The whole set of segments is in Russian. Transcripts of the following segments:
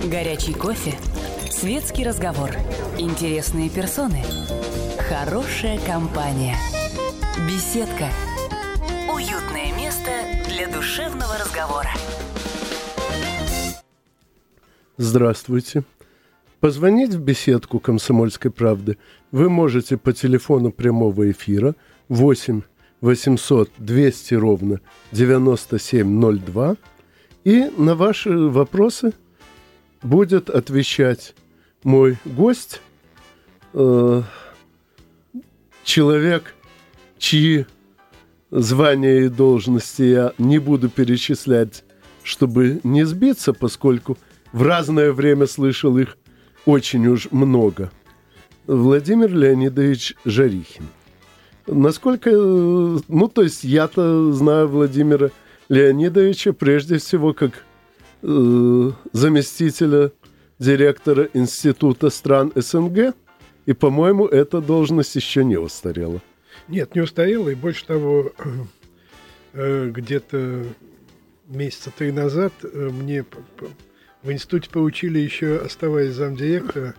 Горячий кофе, светский разговор, интересные персоны, хорошая компания, беседка, уютное место для душевного разговора. Здравствуйте. Позвонить в беседку «Комсомольской правды» вы можете по телефону прямого эфира 8 800 200 ровно 9702, и на ваши вопросы будет отвечать мой гость, человек, чьи звания и должности я не буду перечислять, чтобы не сбиться, поскольку в разное время слышал их очень уж много. Владимир Леонидович Жарихин. Насколько, то есть я-то знаю Владимира Леонидовича прежде всего как заместителя директора Института стран СНГ, и, по-моему, эта должность еще не устарела. Нет, не устарела, и больше того, где-то месяца 3 назад мне в институте поручили, еще оставаясь замдиректора,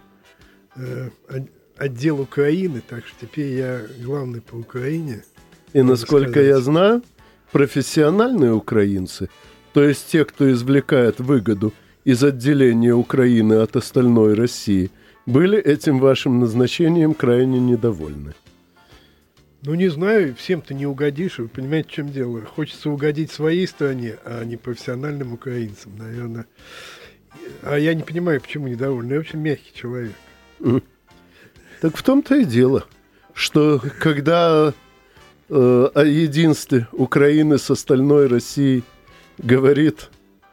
отдел Украины, так что теперь я главный по Украине. И, насколько я знаю, профессиональные украинцы, то есть те, кто извлекает выгоду из отделения Украины от остальной России, были этим вашим назначением крайне недовольны. Ну, не знаю, всем-то не угодишь, вы понимаете, в чем дело. Хочется угодить своей стране, а не профессиональным украинцам, наверное. А я не понимаю, почему недовольны. Я очень мягкий человек. Так в том-то и дело, что когда о единстве Украины с остальной Россией говорит,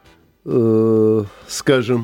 скажем,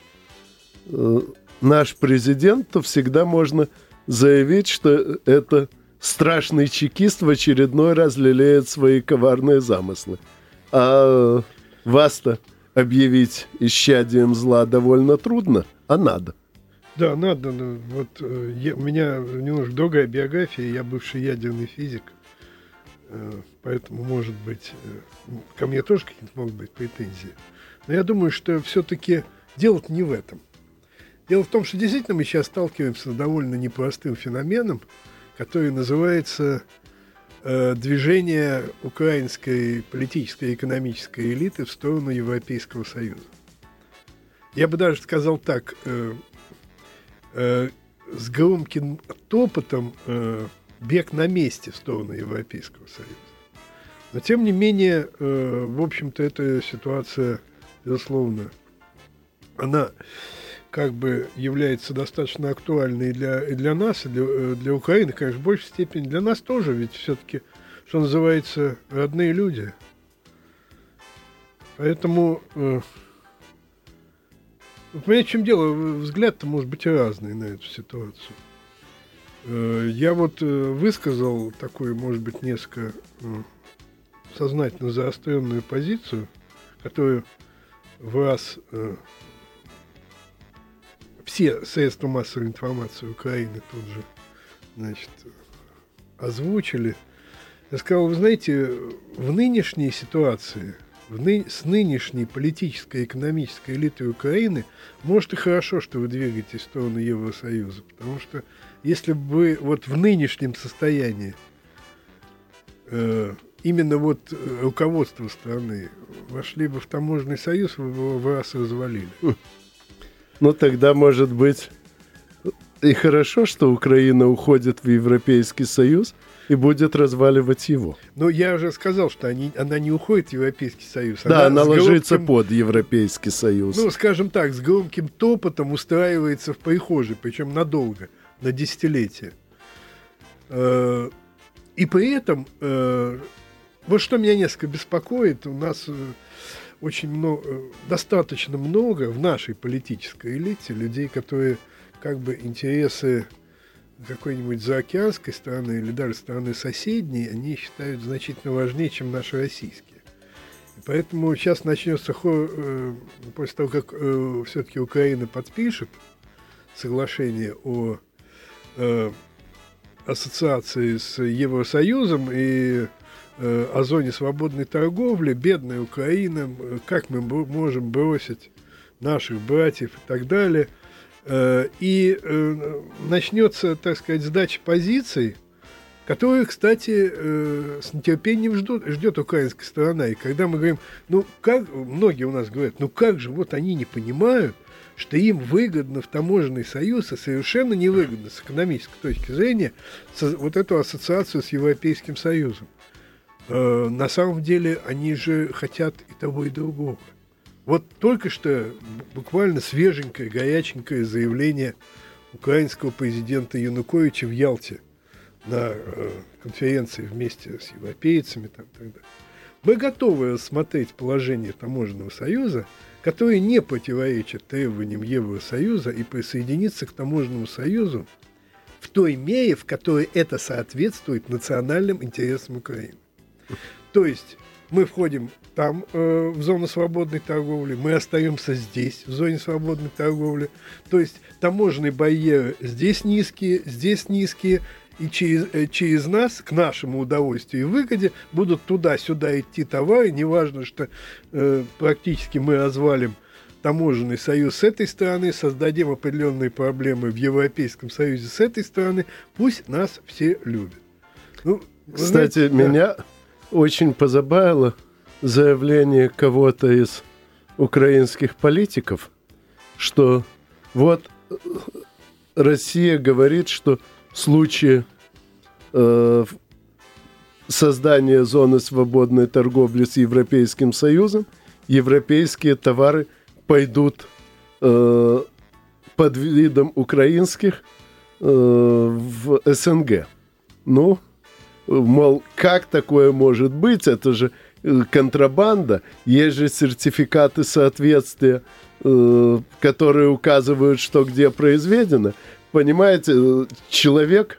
наш президент, то всегда можно заявить, что это страшный чекист в очередной раз лелеет свои коварные замыслы. А вас-то объявить исчадием зла довольно трудно, а надо. Да, надо. Вот у меня немножко другая биография, я бывший ядерный физик, поэтому, может быть, ко мне тоже какие-то могут быть претензии. Но я думаю, что все-таки дело-то не в этом. Дело в том, что действительно мы сейчас сталкиваемся с довольно непростым феноменом, который называется движение украинской политической и экономической элиты в сторону Европейского Союза. Я бы даже сказал так, с громким топотом бег на месте в сторону Европейского Союза. Но, тем не менее, в общем-то, эта ситуация, безусловно, она как бы является достаточно актуальной и для нас, и для Украины, конечно, в большей степени для нас тоже, ведь все-таки, что называется, родные люди. Поэтому, вы понимаете, в чем дело? Взгляд-то может быть разный на эту ситуацию. Я вот высказал такую, может быть, несколько сознательно заостренную позицию, которую в раз все средства массовой информации Украины тут же, значит, озвучили. Я сказал, вы знаете, в нынешней ситуации, с нынешней политической и экономической элитой Украины, может и хорошо, что вы двигаетесь в сторону Евросоюза, потому что если бы вы вот в нынешнем состоянии именно вот руководство страны вошли бы в таможенный союз, вы его в раз развалили. Ну, тогда, может быть, и хорошо, что Украина уходит в Европейский Союз и будет разваливать его. Но я уже сказал, что она не уходит в Европейский Союз. Да, она ложится под Европейский Союз. Ну, скажем так, с громким топотом устраивается в прихожей, причем надолго, на десятилетия. И при этом, вот что меня несколько беспокоит, у нас очень достаточно много в нашей политической элите людей, которые как бы интересы какой-нибудь заокеанской страны или даже страны соседней, они считают значительно важнее, чем наши российские. И поэтому сейчас начнется после того, как все-таки Украина подпишет соглашение о ассоциации с Евросоюзом и о зоне свободной торговли, бедная Украина, как мы можем бросить наших братьев и так далее. И начнется, так сказать, сдача позиций, которую, кстати, с нетерпением ждет украинская сторона. И когда мы говорим, многие у нас говорят, как же вот они не понимают, что им выгодно в таможенный союз, и совершенно невыгодно с экономической точки зрения вот эту ассоциацию с Европейским Союзом. На самом деле они же хотят и того, и другого. Вот только что буквально свеженькое, горяченькое заявление украинского президента Януковича в Ялте на конференции вместе с европейцами. Там, так далее. Мы готовы рассмотреть положение таможенного союза, которое не противоречит требованиям Евросоюза, и присоединиться к таможенному союзу в той мере, в которой это соответствует национальным интересам Украины. То есть мы входим там в зону свободной торговли, мы остаемся здесь, в зоне свободной торговли. То есть таможенные барьеры здесь низкие, и через нас, к нашему удовольствию и выгоде, будут туда-сюда идти товары. Неважно, что практически мы развалим таможенный союз с этой стороны, создадим определенные проблемы в Европейском Союзе с этой стороны. Пусть нас все любят. Кстати, меня очень позабавило заявление кого-то из украинских политиков, что вот Россия говорит, что в случае создания зоны свободной торговли с Европейским Союзом европейские товары пойдут под видом украинских в СНГ. Мол, как такое может быть? Это же контрабанда. Есть же сертификаты соответствия, которые указывают, что где произведено. Понимаете, человек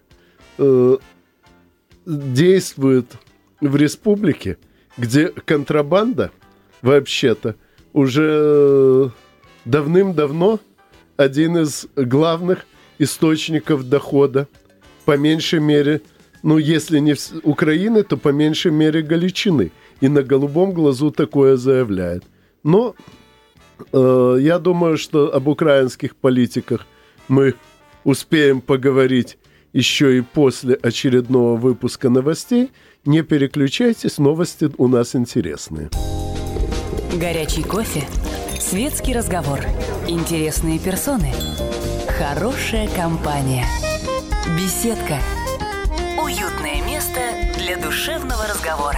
действует в республике, где контрабанда вообще-то уже давным-давно один из главных источников дохода, по меньшей мере, если не Украины, то по меньшей мере Галичины. И на голубом глазу такое заявляет. Но я думаю, что об украинских политиках мы успеем поговорить еще и после очередного выпуска новостей. Не переключайтесь, новости у нас интересные. Горячий кофе, светский разговор, интересные персоны, хорошая компания, беседка. Уютное место для душевного разговора.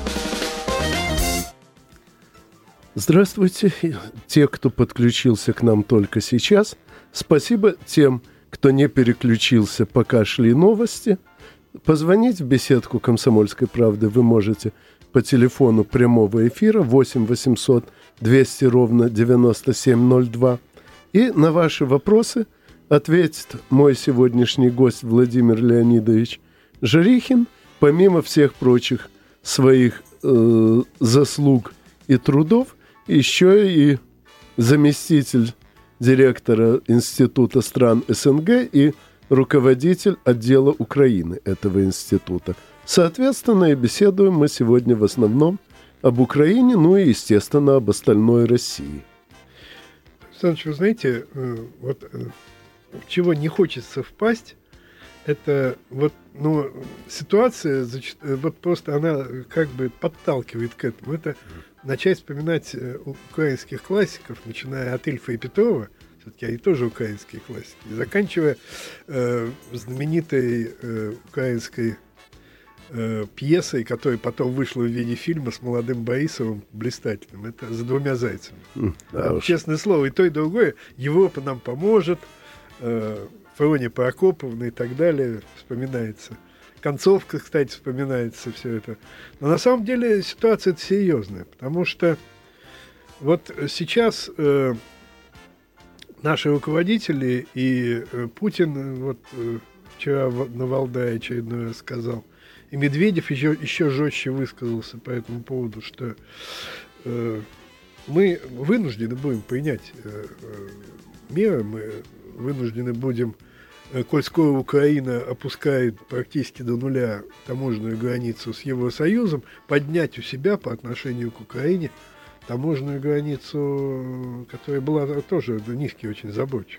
Здравствуйте, те, кто подключился к нам только сейчас. Спасибо тем, кто не переключился, пока шли новости. Позвонить в беседку «Комсомольской правды» вы можете по телефону прямого эфира 8 800 200 ровно 9702. И на ваши вопросы ответит мой сегодняшний гость Владимир Леонидович Жарихин, помимо всех прочих своих заслуг и трудов, еще и заместитель директора Института стран СНГ и руководитель отдела Украины этого института. Соответственно, и беседуем мы сегодня в основном об Украине, и, естественно, об остальной России. Александр, вы знаете, вот в чего не хочется впасть, это ситуация, вот просто она как бы подталкивает к этому. Это начать вспоминать украинских классиков, начиная от Ильфа и Петрова, все-таки они тоже украинские классики, и заканчивая знаменитой украинской пьесой, которая потом вышла в виде фильма с молодым Борисовым, блистательным. Это «За двумя зайцами». Честное слово, и то, и другое. Европа нам поможет, Фроня Прокоповна и так далее вспоминается. Концовка, кстати, вспоминается все это. Но на самом деле ситуация серьезная, потому что вот сейчас наши руководители и Путин вот вчера на Валдае очередной раз сказал, и Медведев еще жестче высказался по этому поводу, что мы вынуждены будем принять меры, мы вынуждены будем, коль скоро Украина опускает практически до нуля таможенную границу с Евросоюзом, поднять у себя по отношению к Украине таможенную границу, которая была тоже низкий очень заборчик.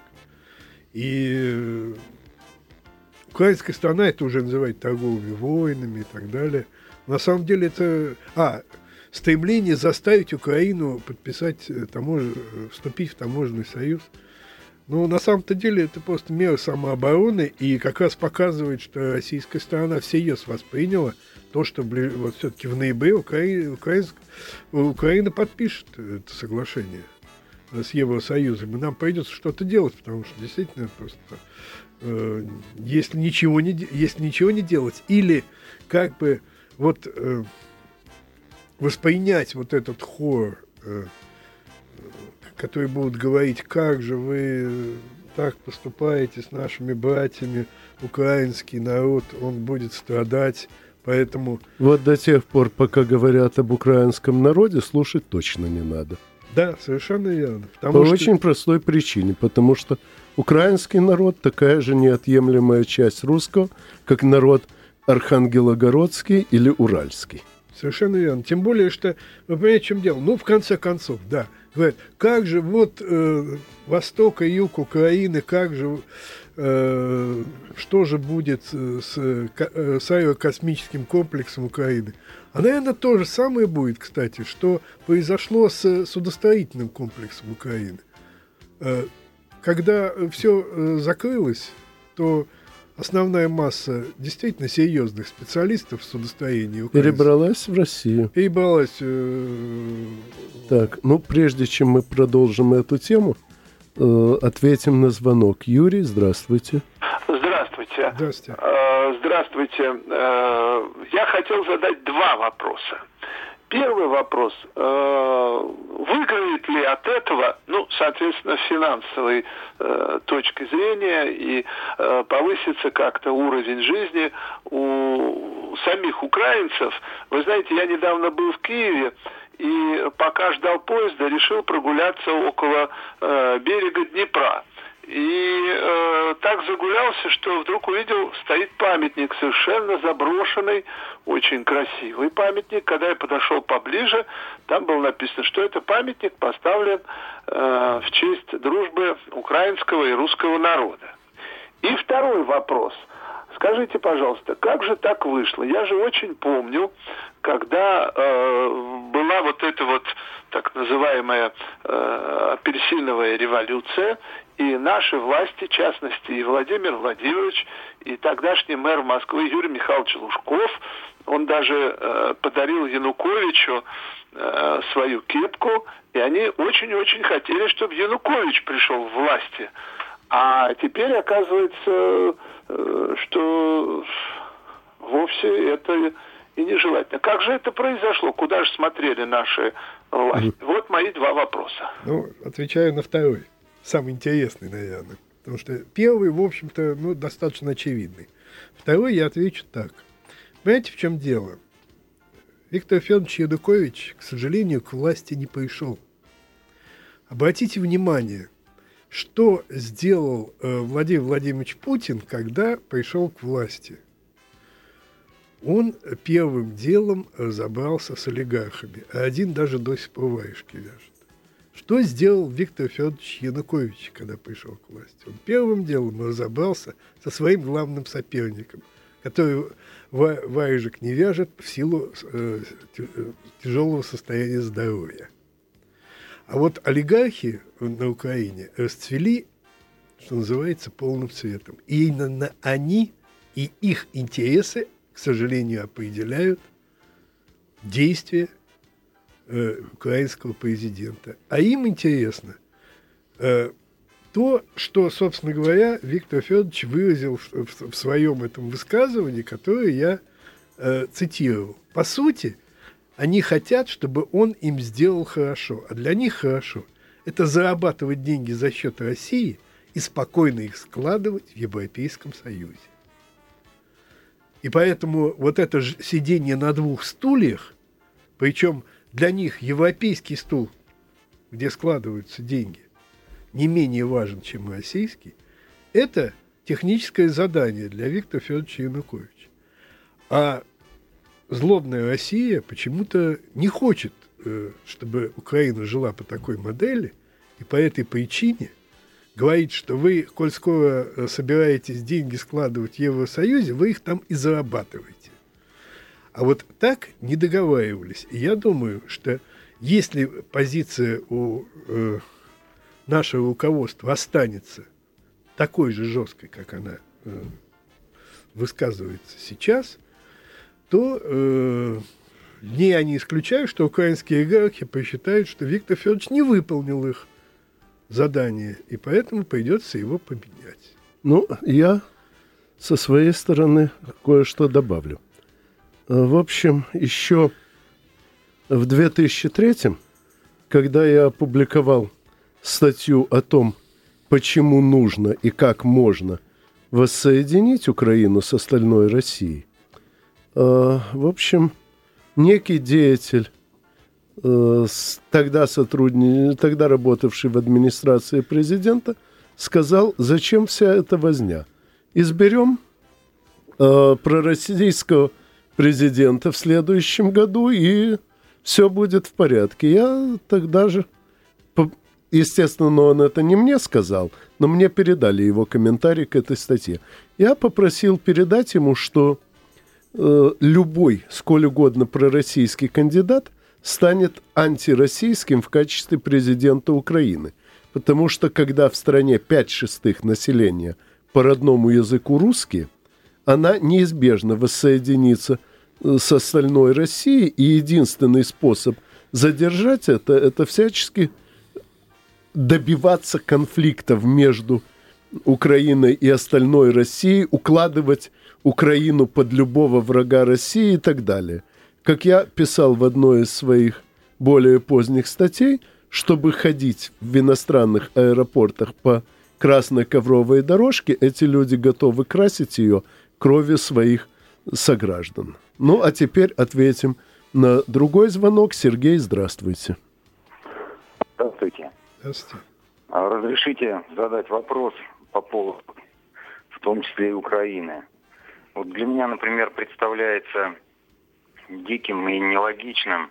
И украинская сторона это уже называет торговыми войнами и так далее. На самом деле это... стремление заставить Украину подписать вступить в таможенный союз. Но на самом-то деле это просто мера самообороны, и как раз показывает, что российская сторона всерьез восприняла то, что вот все-таки в ноябре Украина подпишет это соглашение с Евросоюзом, и нам придется что-то делать, потому что действительно просто если ничего не делать, или как бы вот воспринять вот этот хор, которые будут говорить, как же вы так поступаете с нашими братьями, украинский народ, он будет страдать, поэтому... Вот до тех пор, пока говорят об украинском народе, слушать точно не надо. Да, совершенно верно. По очень простой причине, потому что украинский народ такая же неотъемлемая часть русского, как народ Архангелогородский или Уральский. Совершенно верно. Тем более, что, вы понимаете, в чем дело? Ну, в конце концов, да. Говорят, как же вот восток и юг Украины, как же, что же будет с аэрокосмическим комплексом Украины? А, наверное, то же самое будет, кстати, что произошло с судостроительным комплексом Украины. Когда все закрылось, то основная масса действительно серьезных специалистов в судостроении украинцев перебралась в Россию. Перебралась. Так, ну, прежде чем мы продолжим эту тему, ответим на звонок. Юрий, здравствуйте. Здравствуйте. Здравствуйте. Здравствуйте. Я хотел задать два вопроса. Первый вопрос. Выиграет ли от этого, ну, соответственно, с финансовой точки зрения и повысится как-то уровень жизни у самих украинцев? Вы знаете, я недавно был в Киеве, и пока ждал поезда, решил прогуляться около берега Днепра. И так загулялся, что вдруг увидел, стоит памятник, совершенно заброшенный, очень красивый памятник. Когда я подошел поближе, там было написано, что это памятник поставлен в честь дружбы украинского и русского народа. И второй вопрос. Скажите, пожалуйста, как же так вышло? Я же очень помню, когда была вот эта вот так называемая апельсиновая революция, и наши власти, в частности, и Владимир Владимирович, и тогдашний мэр Москвы Юрий Михайлович Лужков, он даже подарил Януковичу свою кепку, и они очень-очень хотели, чтобы Янукович пришел в власти. А теперь оказывается, что вовсе это и нежелательно. Как же это произошло? Куда же смотрели наши власти? Вот мои два вопроса. Ну, отвечаю на второй. Самый интересный, наверное. Потому что первый, в общем-то, ну, достаточно очевидный. Второй я отвечу так. Понимаете, в чем дело? Виктор Федорович Янукович, к сожалению, к власти не пришел. Обратите внимание, что сделал Владимир Владимирович Путин, когда пришел к власти. Он первым делом разобрался с олигархами, а один даже до сих пор варежки вяжет. Что сделал Виктор Федорович Янукович, когда пришел к власти? Он первым делом разобрался со своим главным соперником, который варежек не вяжет в силу тяжелого состояния здоровья. А вот олигархи на Украине расцвели, что называется, полным цветом. И именно они и их интересы, к сожалению, определяют действия украинского президента. А им интересно то, что, собственно говоря, Виктор Федорович выразил в своем этом высказывании, которое я цитировал. По сути, они хотят, чтобы он им сделал хорошо. А для них хорошо – это зарабатывать деньги за счет России и спокойно их складывать в Европейском Союзе. И поэтому вот это же сидение на двух стульях, причем для них европейский стул, где складываются деньги, не менее важен, чем российский, это техническое задание для Виктора Федоровича Януковича. А злобная Россия почему-то не хочет чтобы Украина жила по такой модели, и по этой причине говорить, что вы, коль скоро собираетесь деньги складывать в Евросоюзе, вы их там и зарабатываете. А вот так не договаривались. И я думаю, что если позиция у нашего руководства останется такой же жесткой, как она высказывается сейчас, то я не исключаю, что украинские иерархи посчитают, что Виктор Федорович не выполнил их задание, и поэтому придется его поменять. Ну, я со своей стороны кое-что добавлю. В общем, еще в 2003-м, когда я опубликовал статью о том, почему нужно и как можно воссоединить Украину с остальной Россией, в общем, некий деятель, тогда работавший в администрации президента, сказал, зачем вся эта возня. Изберем пророссийского президента в следующем году, и все будет в порядке. Я тогда же, естественно, он это не мне сказал, но мне передали его комментарий к этой статье. Я попросил передать ему, что любой, сколь угодно пророссийский кандидат станет антироссийским в качестве президента Украины. Потому что, когда в стране 5/6 населения по родному языку русские, она неизбежно воссоединится с остальной Россией, и единственный способ задержать это всячески добиваться конфликтов между Украиной и остальной Россией, укладывать Украину под любого врага России и так далее. Как я писал в одной из своих более поздних статей, чтобы ходить в иностранных аэропортах по красной ковровой дорожке, эти люди готовы красить ее кровью своих сограждан. Ну, а теперь ответим на другой звонок. Сергей, здравствуйте. Здравствуйте. Здравствуйте. Разрешите задать вопрос по поводу, в том числе и Украины. Вот для меня, например, представляется диким и нелогичным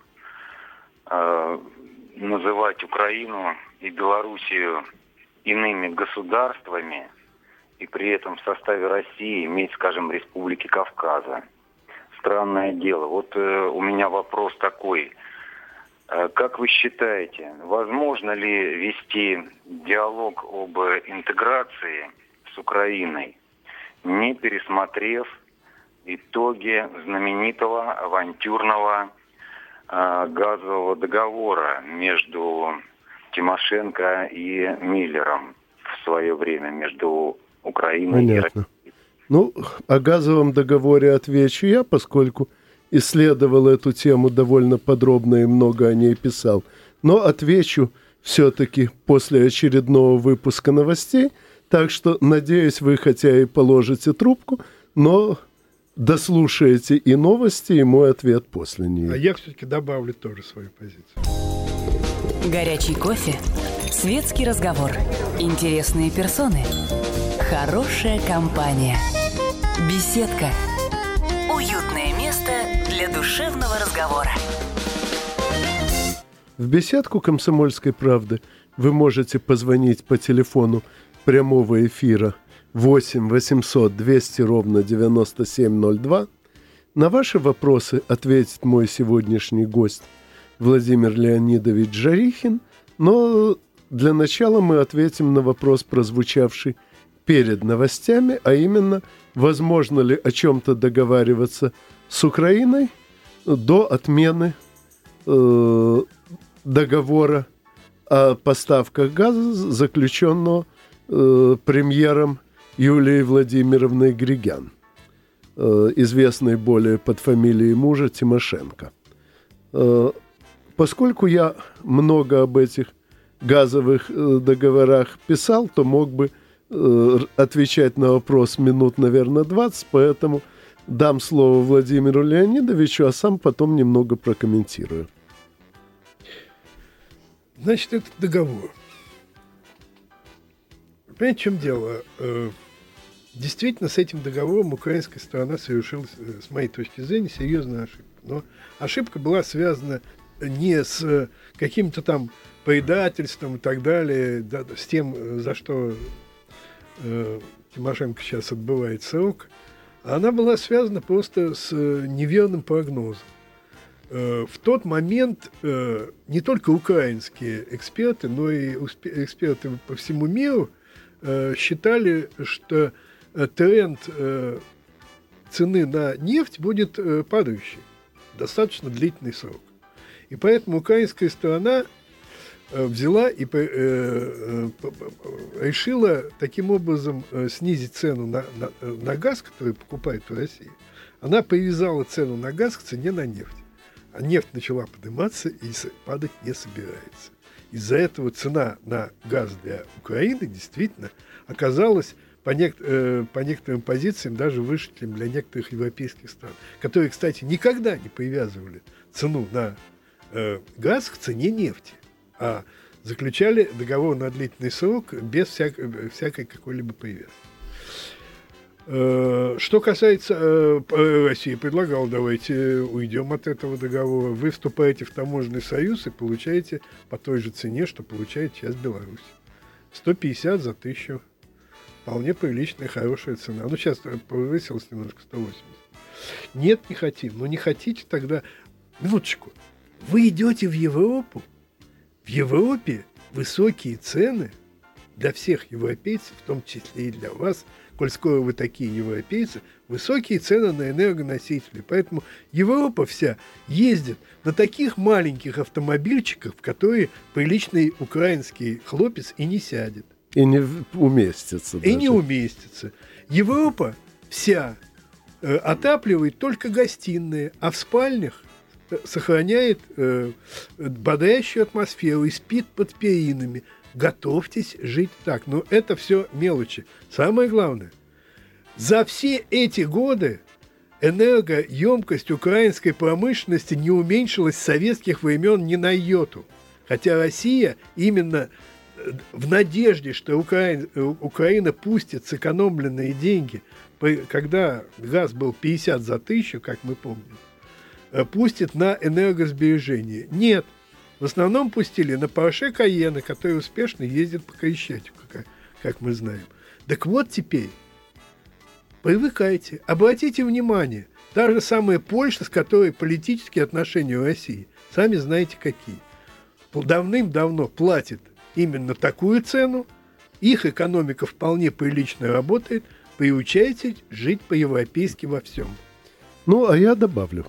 называть Украину и Белоруссию иными государствами и при этом в составе России иметь, скажем, республики Кавказа. Странное дело. Вот у меня вопрос такой. Как вы считаете, возможно ли вести диалог об интеграции с Украиной, не пересмотрев итоги знаменитого авантюрного газового договора между Тимошенко и Миллером в свое время, между Украиной и Россией? Ну, о газовом договоре отвечу я, поскольку исследовал эту тему довольно подробно и много о ней писал. Но отвечу все-таки после очередного выпуска новостей. Так что, надеюсь, вы хотя и положите трубку, но дослушаете и новости, и мой ответ после нее. А я все-таки добавлю тоже свою позицию. Горячий кофе, светский разговор, интересные персоны, хорошая компания, беседка. Уютное место для душевного разговора. В беседку «Комсомольской правды» вы можете позвонить по телефону прямого эфира 8 800 200 ровно 9702. На ваши вопросы ответит мой сегодняшний гость Владимир Леонидович Жарихин. Но для начала мы ответим на вопрос, прозвучавший перед новостями, а именно, возможно ли о чем-то договариваться с Украиной до отмены договора о поставках газа, заключенного премьером Юлией Владимировной Григян, известной более под фамилией мужа Тимошенко. Поскольку я много об этих газовых договорах писал, то мог бы отвечать на вопрос минут, наверное, 20, поэтому дам слово Владимиру Леонидовичу, а сам потом немного прокомментирую. Значит, это договор. Понимаете, в чем дело? Действительно, с этим договором украинская сторона совершила, с моей точки зрения, серьезную ошибку. Но ошибка была связана не с каким-то там предательством и так далее, да, с тем, за что Тимошенко сейчас отбывает срок, она была связана просто с неверным прогнозом. В тот момент не только украинские эксперты, но и эксперты по всему миру считали, что тренд цены на нефть будет падающий достаточно длительный срок. И поэтому украинская сторона взяла и решила таким образом снизить цену на газ, который покупает в России. Она привязала цену на газ к цене на нефть. А нефть начала подниматься и падать не собирается. Из-за этого цена на газ для Украины действительно оказалась по некоторым позициям даже выше, чем для некоторых европейских стран, которые, кстати, никогда не привязывали цену на газ к цене нефти, а заключали договор на длительный срок без всякой какой-либо привязки. Что касается России, предлагал, давайте уйдем от этого договора. Вы вступаете в таможенный союз и получаете по той же цене, что получает сейчас Беларусь. 150 за 1000. Вполне приличная, хорошая цена. Ну, сейчас повысилась немножко, 180. Нет, не хотим. Но не хотите тогда... Минуточку. Вы идете в Европу. В Европе высокие цены для всех европейцев, в том числе и для вас, коль скоро вы такие европейцы, высокие цены на энергоносители. Поэтому Европа вся ездит на таких маленьких автомобильчиках, в которые приличный украинский хлопец и не сядет. И не уместится. И не уместится. Европа вся отапливает только гостиные, а в спальнях сохраняет бодрящую атмосферу и спит под перинами. Готовьтесь жить так. Но это все мелочи. Самое главное, за все эти годы энергоемкость украинской промышленности не уменьшилась с советских времен ни на йоту. Хотя Россия именно в надежде, что Украина пустит сэкономленные деньги, когда газ был 50 за 1000, как мы помним, пустит на энергосбережение. Нет. В основном пустили на Porsche Cayenne, который успешно ездит по Крещатику, как мы знаем. Так вот теперь, привыкайте, обратите внимание, та же самая Польша, с которой политические отношения у России, сами знаете какие, давным-давно платит именно такую цену, их экономика вполне прилично работает, приучайте жить по-европейски во всем. Ну, а я добавлю.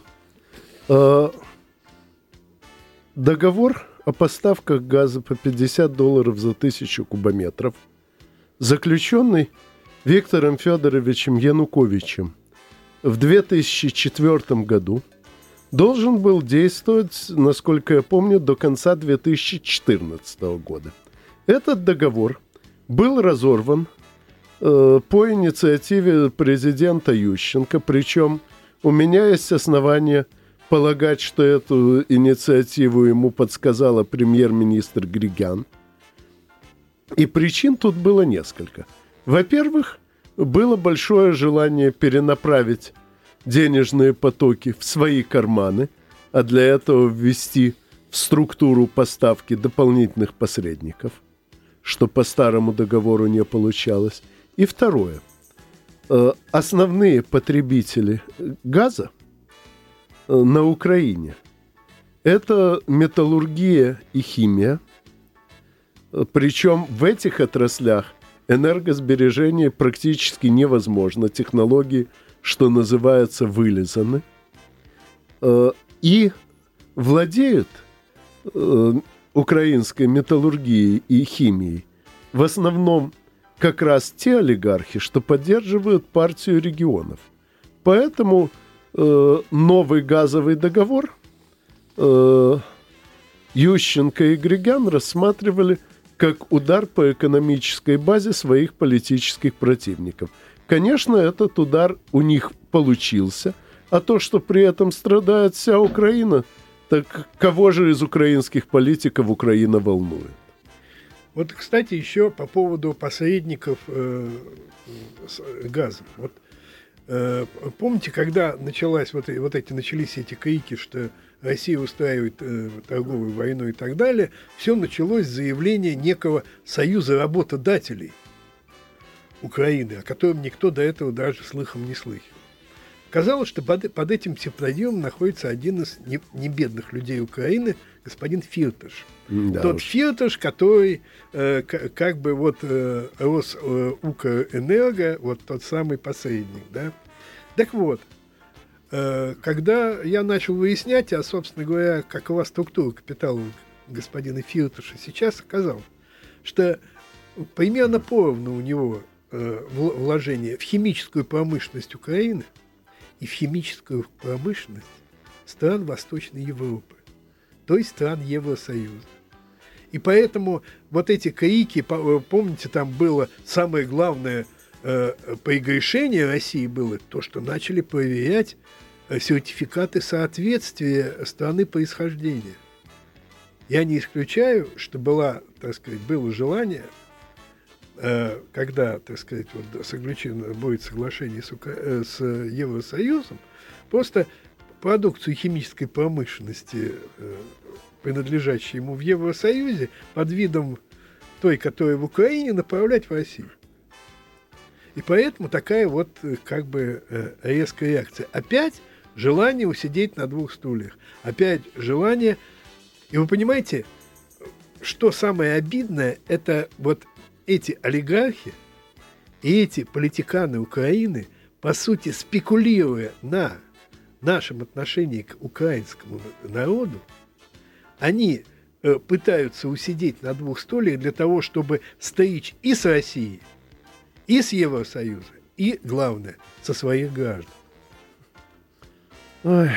Договор о поставках газа по $50 за 1000 кубометров, заключенный Виктором Федоровичем Януковичем в 2004 году, должен был действовать, насколько я помню, до конца 2014 года. Этот договор был разорван по инициативе президента Ющенко, причем у меня есть основания полагать, что эту инициативу ему подсказала премьер-министр Григян. И причин тут было несколько. Во-первых, было большое желание перенаправить денежные потоки в свои карманы, а для этого ввести в структуру поставки дополнительных посредников, что по старому договору не получалось. И второе. Основные потребители газа на Украине – это металлургия и химия. Причем в этих отраслях энергосбережение практически невозможно. Технологии, что называется, вылизаны. И владеют украинской металлургией и химией в основном как раз те олигархи, что поддерживают партию регионов. Поэтому новый газовый договор Ющенко и Григян рассматривали как удар по экономической базе своих политических противников. Конечно, этот удар у них получился, а то, что при этом страдает вся Украина, так кого же из украинских политиков Украина волнует? Вот, кстати, еще по поводу посредников газа. Вот, помните, когда начались эти крики, что Россия устраивает торговую войну и так далее, все началось с заявления некого союза работодателей Украины, о котором никто до этого даже слыхом не слыхал. Казалось, что под этим псевдонимом находится один из небедных людей Украины, господин Фирташ. Да Тот уж. Фирташ, который как бы вот Укрэнерго, вот тот самый посредник, да. Так вот, когда я начал выяснять, собственно говоря, какова структура капитала господина Фирташа сейчас, оказалось, что примерно поровну у него вложения в химическую промышленность Украины и в химическую промышленность стран Восточной Европы, то есть стран Евросоюза. И поэтому вот эти крики, помните, там было самое главное прегрешение России было то, что начали проверять сертификаты соответствия страны происхождения. Я не исключаю, что было желание, когда, так сказать, вот заключено будет соглашение с Евросоюзом, просто продукцию химической промышленности, принадлежащей ему в Евросоюзе, под видом той, которая в Украине, направлять в Россию. И поэтому такая вот как бы резкая реакция. Опять желание усидеть на двух стульях. Опять желание... И вы понимаете, что самое обидное, это вот эти олигархи и эти политиканы Украины, по сути, спекулируя на нашем отношении к украинскому народу, они пытаются усидеть на двух стульях для того, чтобы стричь и с России, и с Евросоюза, и, главное, со своих граждан. Ой,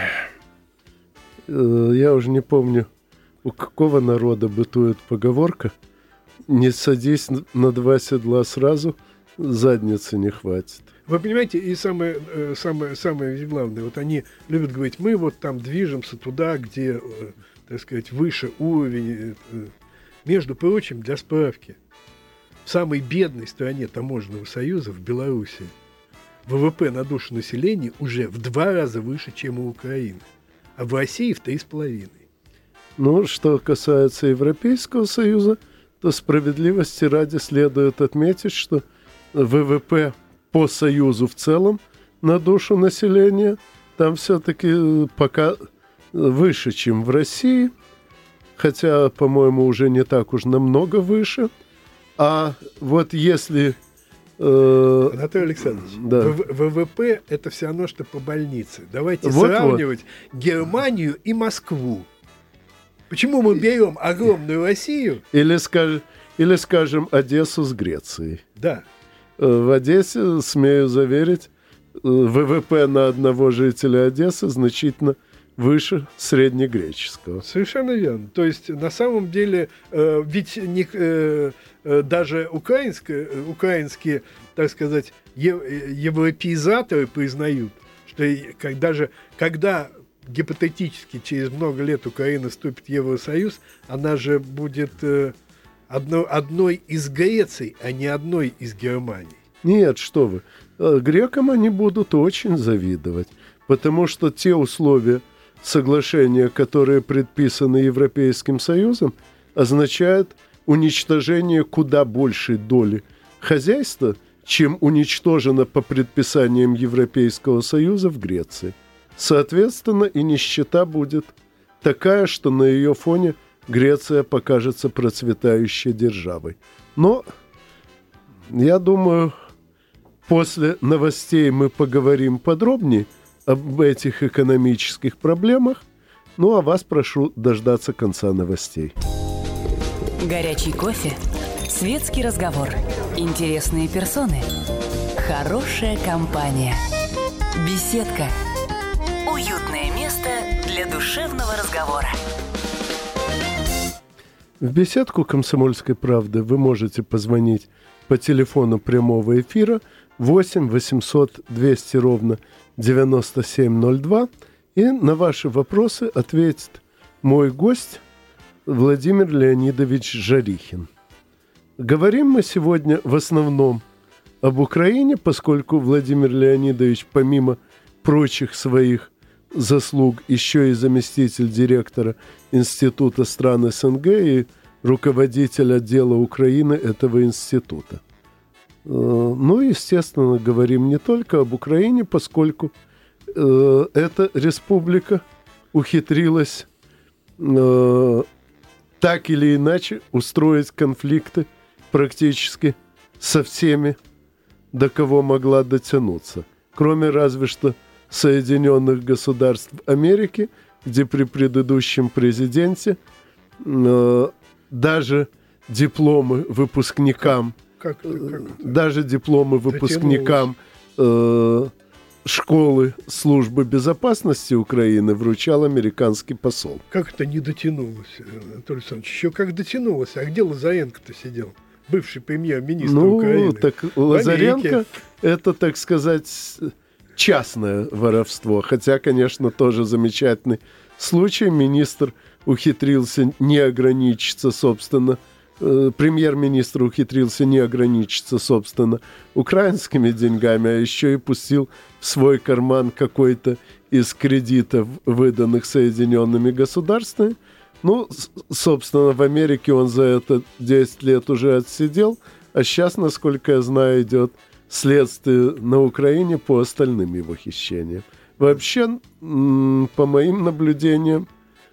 я уже не помню, у какого народа бытует поговорка: не садись на два седла сразу, задницы не хватит. Вы понимаете, и самое главное, вот они любят говорить, мы вот там движемся туда, где, так сказать, выше уровень. Между прочим, для справки, в самой бедной стране таможенного союза, в Беларуси, ВВП на душу населения уже в 2 раза выше, чем у Украины, а в России в 3,5. Ну, что касается Европейского Союза, то справедливости ради следует отметить, что ВВП по Союзу в целом на душу населения там все-таки пока выше, чем в России, хотя, по-моему, уже не так уж намного выше. А вот если... Анатолий Александрович, да. ВВП – это все равно, что по больнице. Давайте сравнивать Германию и Москву. Почему мы берем огромную Россию? Или скажем, Одессу с Грецией. Да. В Одессе, смею заверить, ВВП на одного жителя Одессы значительно выше среднегреческого. Совершенно верно. То есть, на самом деле, ведь даже украинские, так сказать, европеизаторы признают, что даже когда гипотетически через много лет Украина вступит в Евросоюз, она же будет одной из Греций, а не одной из Германии. Нет, что вы. Грекам они будут очень завидовать, потому что те условия соглашения, которые предписаны Европейским Союзом, означают уничтожение куда большей доли хозяйства, чем уничтожено по предписаниям Европейского Союза в Греции. Соответственно, и нищета будет такая, что на ее фоне Греция покажется процветающей державой. Но, я думаю, после новостей мы поговорим подробнее об этих экономических проблемах. Ну, а вас прошу дождаться конца новостей. Горячий кофе, светский разговор, интересные персоны, хорошая компания, беседка. Уютное место для душевного разговора. В беседку «Комсомольской правды» вы можете позвонить по телефону прямого эфира 8 800 200 ровно 9702, и на ваши вопросы ответит мой гость Владимир Леонидович Жарихин. Говорим мы сегодня в основном об Украине, поскольку Владимир Леонидович, помимо прочих своих заслуг еще и заместитель директора Института стран СНГ и руководитель отдела Украины этого института. Ну, естественно, говорим не только об Украине, поскольку эта республика ухитрилась так или иначе устроить конфликты практически со всеми, до кого могла дотянуться. Кроме разве что Соединенных Государств Америки, где при предыдущем президенте даже дипломы выпускникам, даже дипломы выпускникам школы службы безопасности Украины вручал американский посол. Как это не дотянулось, Анатолий Александрович? Еще как дотянулось. А где Лазаренко-то сидел? Бывший премьер-министр Украины. Ну, так Лазаренко – это, так сказать, частное воровство. Хотя, конечно, тоже замечательный случай. Министр ухитрился не ограничиться, собственно, премьер-министр ухитрился не ограничиться, собственно, украинскими деньгами, а еще и пустил в свой карман какой-то из кредитов, выданных Соединенными Государствами. Ну, собственно, в Америке он за это 10 лет уже отсидел, а сейчас, насколько я знаю, идет следствие на Украине по остальным его хищениям. Вообще, по моим наблюдениям,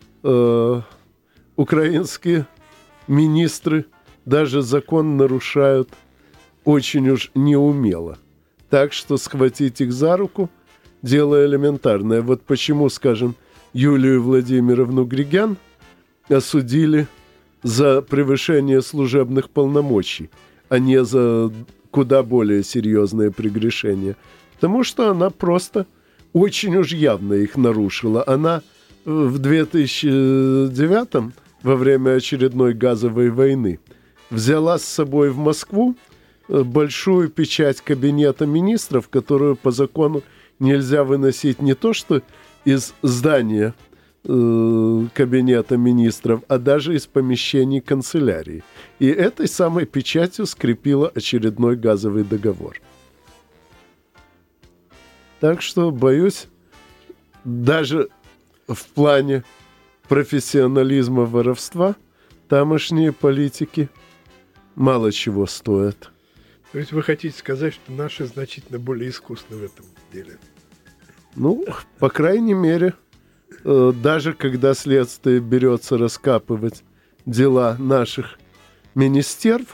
украинские министры даже закон нарушают очень уж неумело. Так что схватить их за руку – дело элементарное. Вот почему, скажем, Юлию Владимировну Григян осудили за превышение служебных полномочий, а не за куда более серьезные прегрешения. Потому что она просто очень уж явно их нарушила. Она в 2009-м, во время очередной газовой войны, взяла с собой в Москву большую печать кабинета министров, которую по закону нельзя выносить не то что из здания кабинета министров, а даже из помещений канцелярии. И этой самой печатью скрепила очередной газовый договор. Так что, боюсь, даже в плане профессионализма воровства тамошние политики мало чего стоят. То есть вы хотите сказать, что наши значительно более искусны в этом деле? Ну, по крайней мере, даже когда следствие берется раскапывать дела наших министерств,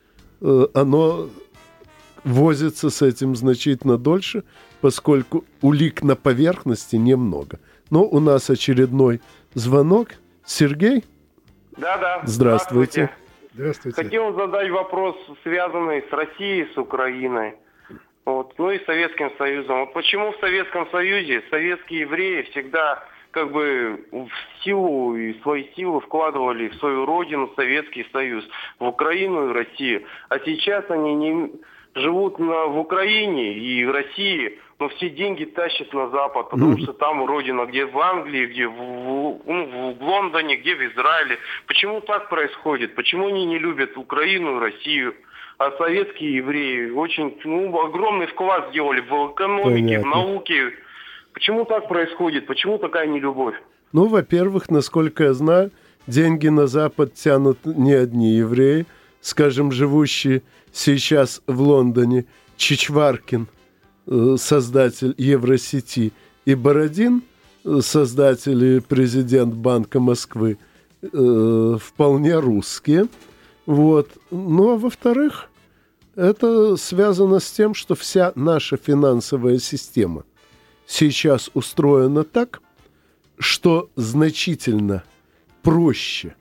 оно возится с этим значительно дольше, поскольку улик на поверхности немного. Но у нас очередной звонок. Сергей? Да. Здравствуйте. Здравствуйте. Хотел задать вопрос, связанный с Россией, с Украиной, ну и Советским Союзом. Вот почему в Советском Союзе советские евреи всегда как бы в силу и свои силы вкладывали в свою родину, Советский Союз, в Украину и Россию. А сейчас они не живут в Украине и в России, но все деньги тащат на Запад, потому что там родина, где в Англии, где в Лондоне, где в Израиле. Почему так происходит? Почему они не любят Украину и Россию? А советские евреи очень огромный вклад сделали в экономике, в науке. Почему так происходит? Почему такая нелюбовь? Ну, во-первых, насколько я знаю, деньги на Запад тянут не одни евреи. Скажем, живущий сейчас в Лондоне Чичваркин, создатель Евросети, и Бородин, создатель и президент Банка Москвы, вполне русские. Вот. Ну, а во-вторых, это связано с тем, что вся наша финансовая система сейчас устроена так, что значительно проще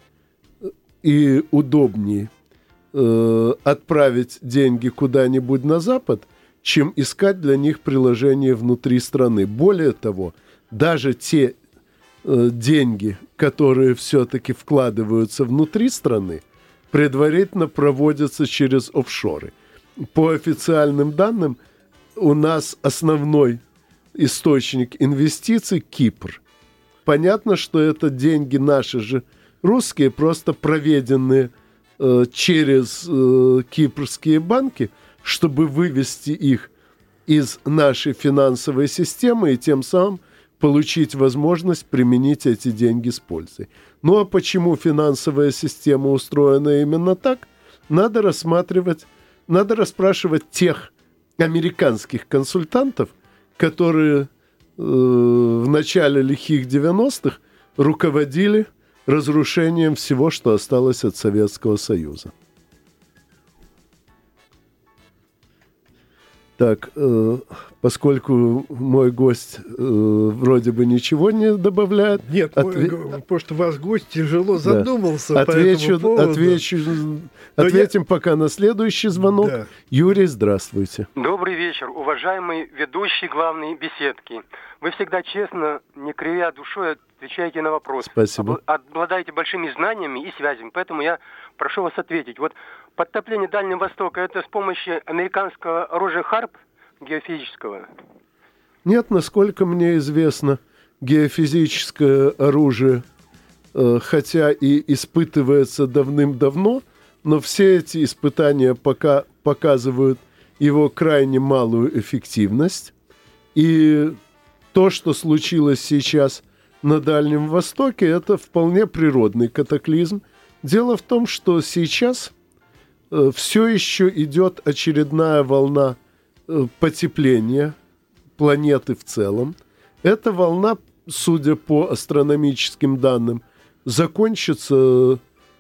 и удобнее отправить деньги куда-нибудь на Запад, чем искать для них приложение внутри страны. Более того, даже те деньги, которые все-таки вкладываются внутри страны, предварительно проводятся через офшоры. По официальным данным, у нас основной источник инвестиций – Кипр. Понятно, что это деньги наши же русские, просто проведенные через кипрские банки, чтобы вывести их из нашей финансовой системы и тем самым получить возможность применить эти деньги с пользой. Ну а почему финансовая система устроена именно так? Надо расспрашивать тех американских консультантов, которые в начале лихих 90-х руководили разрушением всего, что осталось от Советского Союза. Так, поскольку мой гость вроде бы ничего не добавляет... Нет, потому что ваш гость тяжело задумался по этому поводу. Ответим пока на следующий звонок. Да. Юрий, здравствуйте. Добрый вечер, уважаемый ведущий главной беседки. Вы всегда честно, не кривя душой, отвечаете на вопросы. Спасибо. Обладаете большими знаниями и связями, поэтому я прошу вас ответить. Вот подтопление Дальнего Востока, это с помощью американского оружия ХАРП геофизического? Нет, насколько мне известно, геофизическое оружие, хотя и испытывается давным-давно, но все эти испытания пока показывают его крайне малую эффективность. И то, что случилось сейчас на Дальнем Востоке, это вполне природный катаклизм. Дело в том, что сейчас все еще идет очередная волна потепления планеты в целом. Эта волна, судя по астрономическим данным, закончится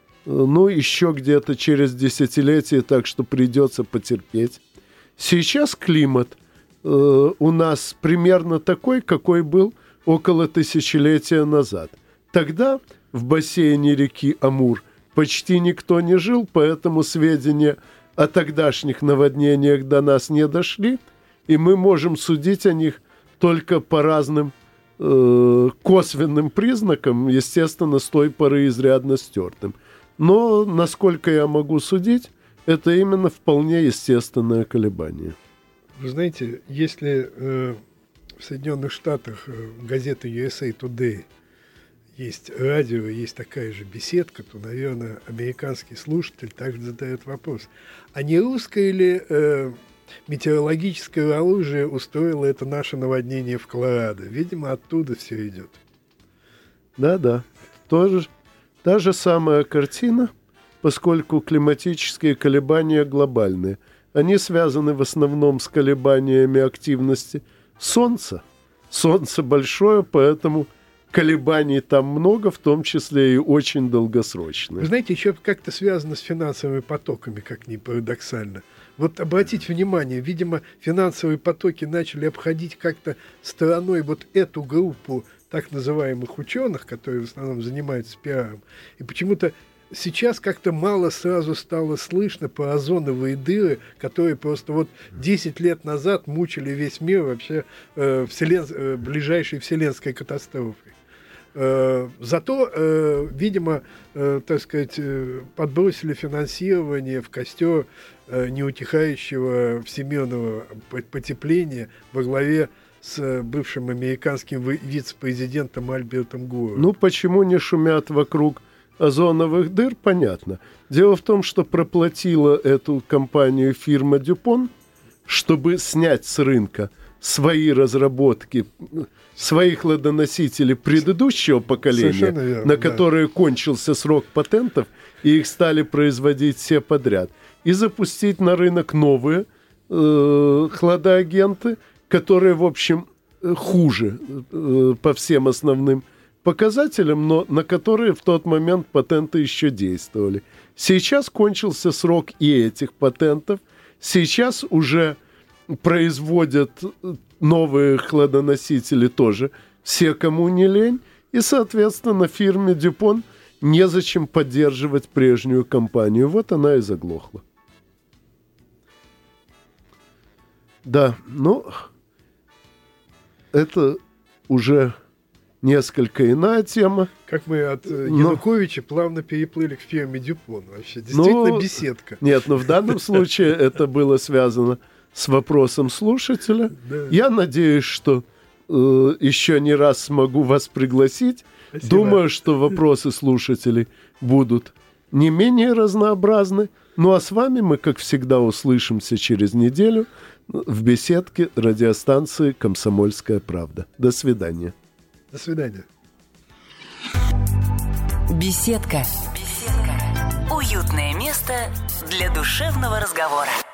еще где-то через десятилетие, так что придется потерпеть. Сейчас климат у нас примерно такой, какой был около тысячелетия назад. Тогда в бассейне реки Амур почти никто не жил, поэтому сведения о тогдашних наводнениях до нас не дошли, и мы можем судить о них только по разным косвенным признакам, естественно, с той поры изрядно стертым. Но, насколько я могу судить, это именно вполне естественное колебание. Вы знаете, если в Соединенных Штатах газета USA Today есть радио, есть такая же беседка, то, наверное, американский слушатель также задает вопрос, а не русское ли метеорологическое оружие устроило это наше наводнение в Колорадо? Видимо, оттуда все идет. Да-да, та же самая картина, поскольку климатические колебания глобальные. Они связаны в основном с колебаниями активности Солнца. Солнце большое, поэтому колебаний там много, в том числе и очень долгосрочные. Вы знаете, еще как-то связано с финансовыми потоками, как ни парадоксально. Вот обратите внимание, видимо, финансовые потоки начали обходить как-то стороной вот эту группу так называемых ученых, которые в основном занимаются пиаром. И почему-то сейчас как-то мало сразу стало слышно про озоновые дыры, которые просто вот 10 лет назад мучили весь мир вообще ближайшей вселенской катастрофой. Зато, видимо, так сказать, подбросили финансирование в костер неутихающего всемирного потепления во главе с бывшим американским вице-президентом Альбертом Гором. Ну, почему не шумят вокруг озоновых дыр, понятно. Дело в том, что проплатила эту компанию фирма Дюпон, чтобы снять с рынка свои разработки, свои хладоносители предыдущего поколения, на которые кончился срок патентов, и их стали производить все подряд, и запустить на рынок новые хладоагенты, которые, в общем, хуже по всем основным показателям, но на которые в тот момент патенты еще действовали. Сейчас кончился срок и этих патентов. Сейчас уже производят новые хладоносители тоже все, кому не лень. И, соответственно, фирме Дюпон незачем поддерживать прежнюю компанию. Вот она и заглохла. Да, ну, это уже несколько иная тема. Как мы от Януковича плавно переплыли к фирме Дюпон. Вообще, действительно беседка. Нет, но в данном случае это было связано с вопросом слушателя. Да. Я надеюсь, что еще не раз смогу вас пригласить. Спасибо. Думаю, что вопросы слушателей будут не менее разнообразны. Ну а с вами мы, как всегда, услышимся через неделю в беседке радиостанции «Комсомольская правда». До свидания. До свидания. Беседка. Уютное место для душевного разговора.